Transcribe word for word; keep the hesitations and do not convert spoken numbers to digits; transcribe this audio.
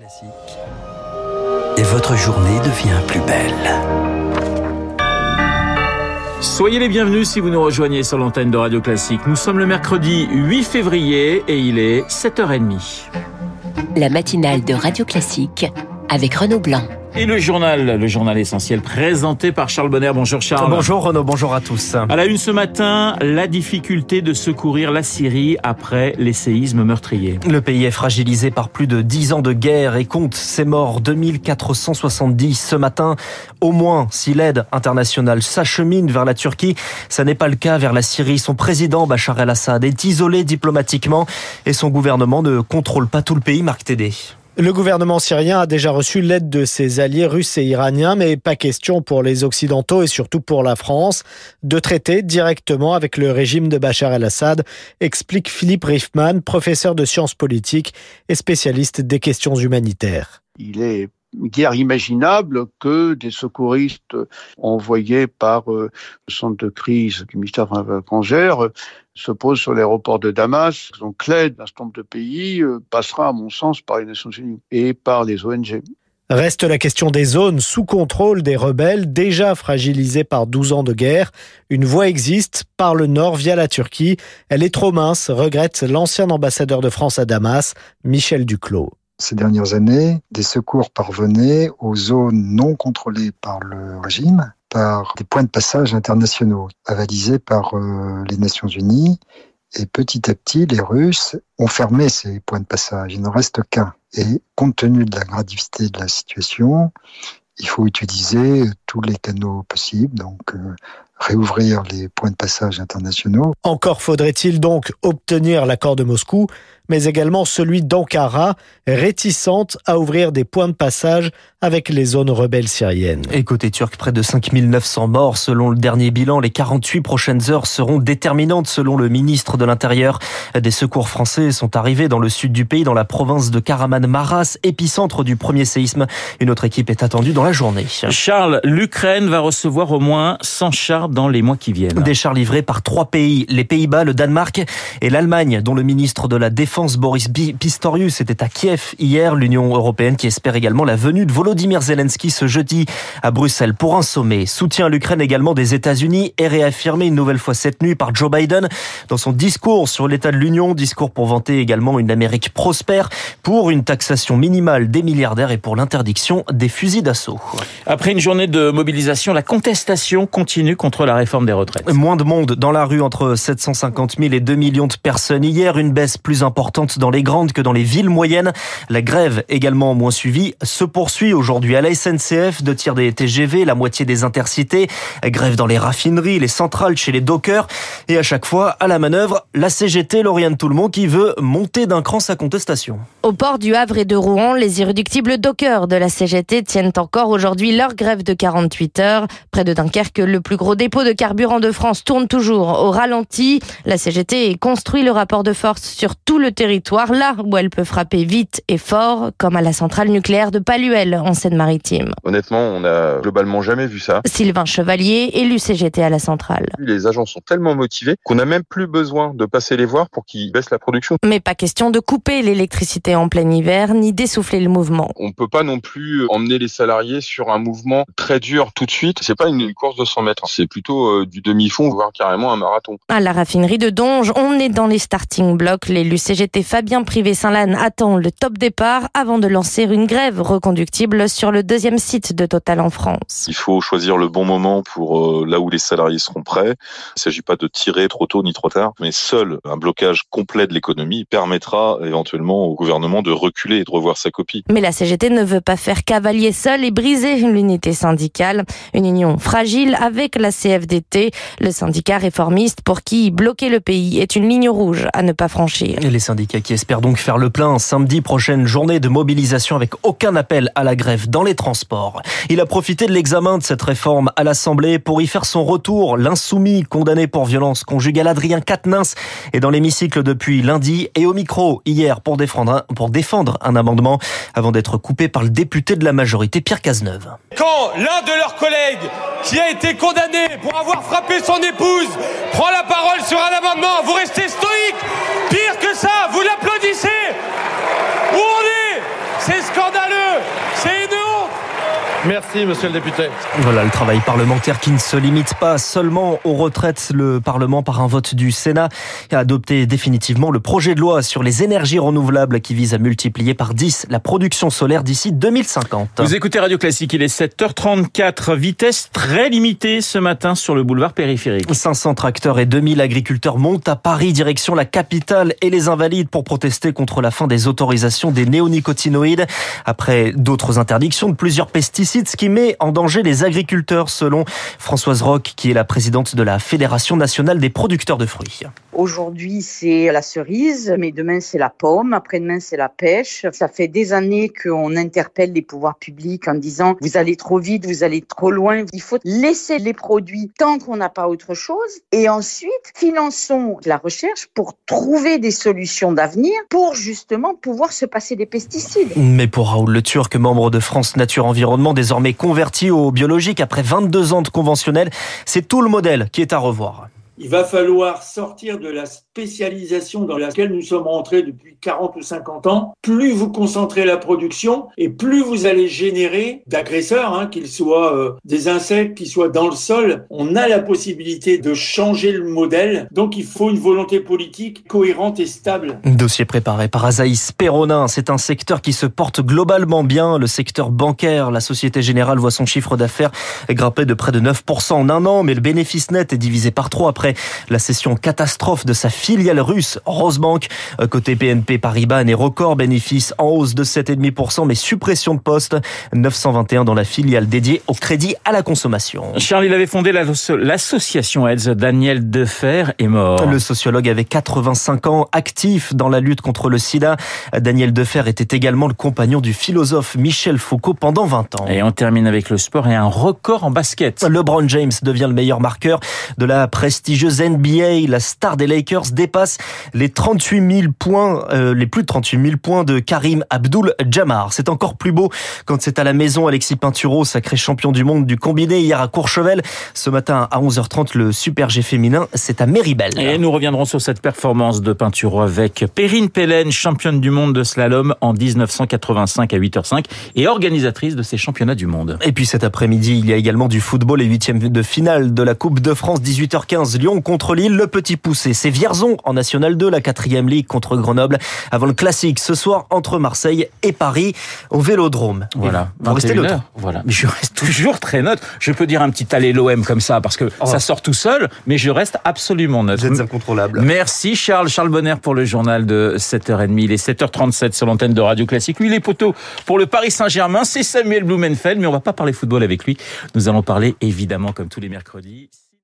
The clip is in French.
Classique. Et votre journée devient plus belle. Soyez les bienvenus si vous nous rejoignez sur l'antenne de Radio Classique. Nous sommes le mercredi huit février et il est sept heures trente. La matinale de Radio Classique avec Renaud Blanc. Et le journal, le journal essentiel présenté par Charles Bonner. Bonjour Charles. Bonjour Renaud, bonjour à tous. À la une ce matin, la difficulté de secourir la Syrie après les séismes meurtriers. Le pays est fragilisé par plus de dix ans de guerre et compte ses morts, deux mille quatre cent soixante-dix ce matin. Au moins, si l'aide internationale s'achemine vers la Turquie, ça n'est pas le cas vers la Syrie. Son président Bachar el-Assad est isolé diplomatiquement et son gouvernement ne contrôle pas tout le pays. Marc Tédé. Le gouvernement syrien a déjà reçu l'aide de ses alliés russes et iraniens, mais pas question pour les Occidentaux et surtout pour la France de traiter directement avec le régime de Bachar el-Assad, explique Philippe Riefmann, professeur de sciences politiques et spécialiste des questions humanitaires. Il est guère imaginable que des secouristes envoyés par le centre de crise du ministère des Affaires étrangères se posent sur l'aéroport de Damas. Donc l'aide d'un certain nombre de pays passera, à mon sens, par les Nations Unies et par les O N G. Reste la question des zones sous contrôle des rebelles, déjà fragilisées par douze ans de guerre. Une voie existe par le nord via la Turquie. Elle est trop mince, regrette l'ancien ambassadeur de France à Damas, Michel Duclos. Ces dernières années, des secours parvenaient aux zones non contrôlées par le régime, par des points de passage internationaux avalisés par euh, les Nations Unies. Et petit à petit, les Russes ont fermé ces points de passage. Il n'en reste qu'un. Et compte tenu de la gravité de la situation, il faut utiliser tous les canaux possibles, donc euh, réouvrir les points de passage internationaux. Encore faudrait-il donc obtenir l'accord de Moscou, mais également celui d'Ankara, réticente à ouvrir des points de passage avec les zones rebelles syriennes. Et côté turc, près de cinq mille neuf cents morts selon le dernier bilan. Les quarante-huit prochaines heures seront déterminantes selon le ministre de l'Intérieur. Des secours français sont arrivés dans le sud du pays, dans la province de Kahramanmaraş, épicentre du premier séisme. Une autre équipe est attendue dans la journée. Charles, l'Ukraine va recevoir au moins cent chars dans les mois qui viennent. Des chars livrés par trois pays, les Pays-Bas, le Danemark et l'Allemagne, dont le ministre de la Défense Boris Pistorius était à Kiev hier. L'Union européenne qui espère également la venue de Volodymyr Zelensky ce jeudi à Bruxelles pour un sommet. Soutien à l'Ukraine également des États-Unis est réaffirmé une nouvelle fois cette nuit par Joe Biden dans son discours sur l'état de l'Union. Discours pour vanter également une Amérique prospère, pour une taxation minimale des milliardaires et pour l'interdiction des fusils d'assaut. Après une journée de mobilisation, la contestation continue contre la réforme des retraites. Moins de monde dans la rue, entre sept cent cinquante mille et deux millions de personnes hier. Une baisse plus importante dans les grandes que dans les villes moyennes. La grève, également moins suivie, se poursuit aujourd'hui à la S N C F, deux tiers des T G V, la moitié des intercités. Grève dans les raffineries, les centrales, chez les dockers. Et à chaque fois, à la manœuvre, la C G T, Lauriane Toulmont, qui veut monter d'un cran sa contestation. Au port du Havre et de Rouen, les irréductibles dockers de la C G T tiennent encore aujourd'hui leur grève de quarante-huit heures. Près de Dunkerque, le plus gros dépôt de carburant de France tourne toujours au ralenti. La C G T construit le rapport de force sur tout le territoire, là où elle peut frapper vite et fort, comme à la centrale nucléaire de Palluel, en Seine-Maritime. Honnêtement, on n'a globalement jamais vu ça. Sylvain Chevalier, élu C G T à la centrale. Les agents sont tellement motivés qu'on n'a même plus besoin de passer les voir pour qu'ils baissent la production. Mais pas question de couper l'électricité en plein hiver, ni d'essouffler le mouvement. On ne peut pas non plus emmener les salariés sur un mouvement très dur tout de suite. C'est pas une course de cent mètres, c'est plutôt du demi-fond, voire carrément un marathon. À la raffinerie de Donge, on est dans les starting blocks. L'élu C G T Fabien Privé-Saint-Lanne attend le top départ avant de lancer une grève reconductible sur le deuxième site de Total en France. Il faut choisir le bon moment pour euh, là où les salariés seront prêts. Il ne s'agit pas de tirer trop tôt ni trop tard, mais seul un blocage complet de l'économie permettra éventuellement au gouvernement de reculer et de revoir sa copie. Mais la C G T ne veut pas faire cavalier seul et briser l'unité syndicale. Une union fragile avec la C F D T, le syndicat réformiste pour qui bloquer le pays est une ligne rouge à ne pas franchir. Et les syndicats qui espèrent donc faire le plein samedi, prochaine journée de mobilisation avec aucun appel à la grève dans les transports. Il a profité de l'examen de cette réforme à l'Assemblée pour y faire son retour. L'insoumis condamné pour violence conjugale Adrien Quatennens est dans l'hémicycle depuis lundi et au micro hier pour défendre un, pour défendre un amendement avant d'être coupé par le député de la majorité Pierre Cazeneuve. Quand l'un de leurs collègues qui a été condamné pour avoir frappé son épouse prend la parole sur un amendement, vous restez stoïque. Pire que ça, vous l'applaudissez. Où on est ? C'est scandaleux. C'est une honte. Merci, monsieur le député. Voilà le travail parlementaire qui ne se limite pas seulement aux retraites. Le Parlement, par un vote du Sénat, a adopté définitivement le projet de loi sur les énergies renouvelables qui vise à multiplier par dix la production solaire d'ici deux mille cinquante. Vous écoutez Radio Classique, il est sept heures trente-quatre. Vitesse très limitée ce matin sur le boulevard périphérique. cinq cents tracteurs et deux mille agriculteurs montent à Paris, direction la capitale et les Invalides pour protester contre la fin des autorisations des néonicotinoïdes. Après d'autres interdictions de plusieurs pesticides, ce qui met en danger les agriculteurs, selon Françoise Roch, qui est la présidente de la Fédération nationale des producteurs de fruits. Aujourd'hui, c'est la cerise, mais demain, c'est la pomme, après-demain, c'est la pêche. Ça fait des années qu'on interpelle les pouvoirs publics en disant « vous allez trop vite, vous allez trop loin ». Il faut laisser les produits tant qu'on n'a pas autre chose et ensuite, finançons la recherche pour trouver des solutions d'avenir pour justement pouvoir se passer des pesticides. Mais pour Raoul Le Turc, membre de France Nature Environnement, désormais converti au biologique après vingt-deux ans de conventionnel, c'est tout le modèle qui est à revoir. Il va falloir sortir de la spécialisation dans laquelle nous sommes rentrés depuis quarante ou cinquante ans. Plus vous concentrez la production et plus vous allez générer d'agresseurs, hein, qu'ils soient euh, des insectes, qu'ils soient dans le sol. On a la possibilité de changer le modèle. Donc il faut une volonté politique cohérente et stable. Dossier préparé par Azaïs Perronin. C'est un secteur qui se porte globalement bien. Le secteur bancaire, la Société Générale voit son chiffre d'affaires grimper de près de neuf pour cent en un an, mais le bénéfice net est divisé par trois après la cession catastrophe de sa filiale russe Rosbank. Côté B N P Paribas, et record, bénéfice en hausse de sept virgule cinq pour cent, mais suppression de postes, neuf cent vingt et un dans la filiale dédiée au crédit à la consommation. Charles, il avait fondé l'association AIDS. Daniel Defer est mort. Le sociologue avait quatre-vingt-cinq ans, actif dans la lutte contre le sida. Daniel Defer était également le compagnon du philosophe Michel Foucault pendant vingt ans. Et on termine avec le sport et un record en basket. LeBron James devient le meilleur marqueur de la prestigieuse N B A. La star des Lakers dépasse les trente-huit mille points, euh, les plus de trente-huit mille points de Karim Abdul-Jabbar. C'est encore plus beau quand c'est à la maison. Alexis Pinturo, sacré champion du monde du combiné hier à Courchevel. Ce matin à onze heures trente, le Super G féminin, c'est à Méribel. Et nous reviendrons sur cette performance de Pinturo avec Perrine Pellen, championne du monde de slalom en dix-neuf cent quatre-vingt-cinq à huit heures cinq et organisatrice de ces championnats du monde. Et puis cet après-midi, il y a également du football, les huitièmes de finale de la Coupe de France, dix-huit heures quinze, Lyon contre Lille, le petit poussé. C'est Vierzon en National deux, la quatrième ligue contre Grenoble, avant le classique ce soir entre Marseille et Paris au Vélodrome. Voilà. Vous restez neutre. Voilà. Mais je reste toujours très neutre. Je peux dire un petit allez l'O M comme ça parce que oh. ça sort tout seul, mais je reste absolument neutre. Vous êtes incontrôlable. Merci Charles. Charles Bonner pour le journal de sept heures trente. Il est sept heures trente-sept sur l'antenne de Radio Classique. Lui, il est poteau pour le Paris Saint-Germain. C'est Samuel Blumenfeld, mais on va pas parler football avec lui. Nous allons parler évidemment comme tous les mercredis.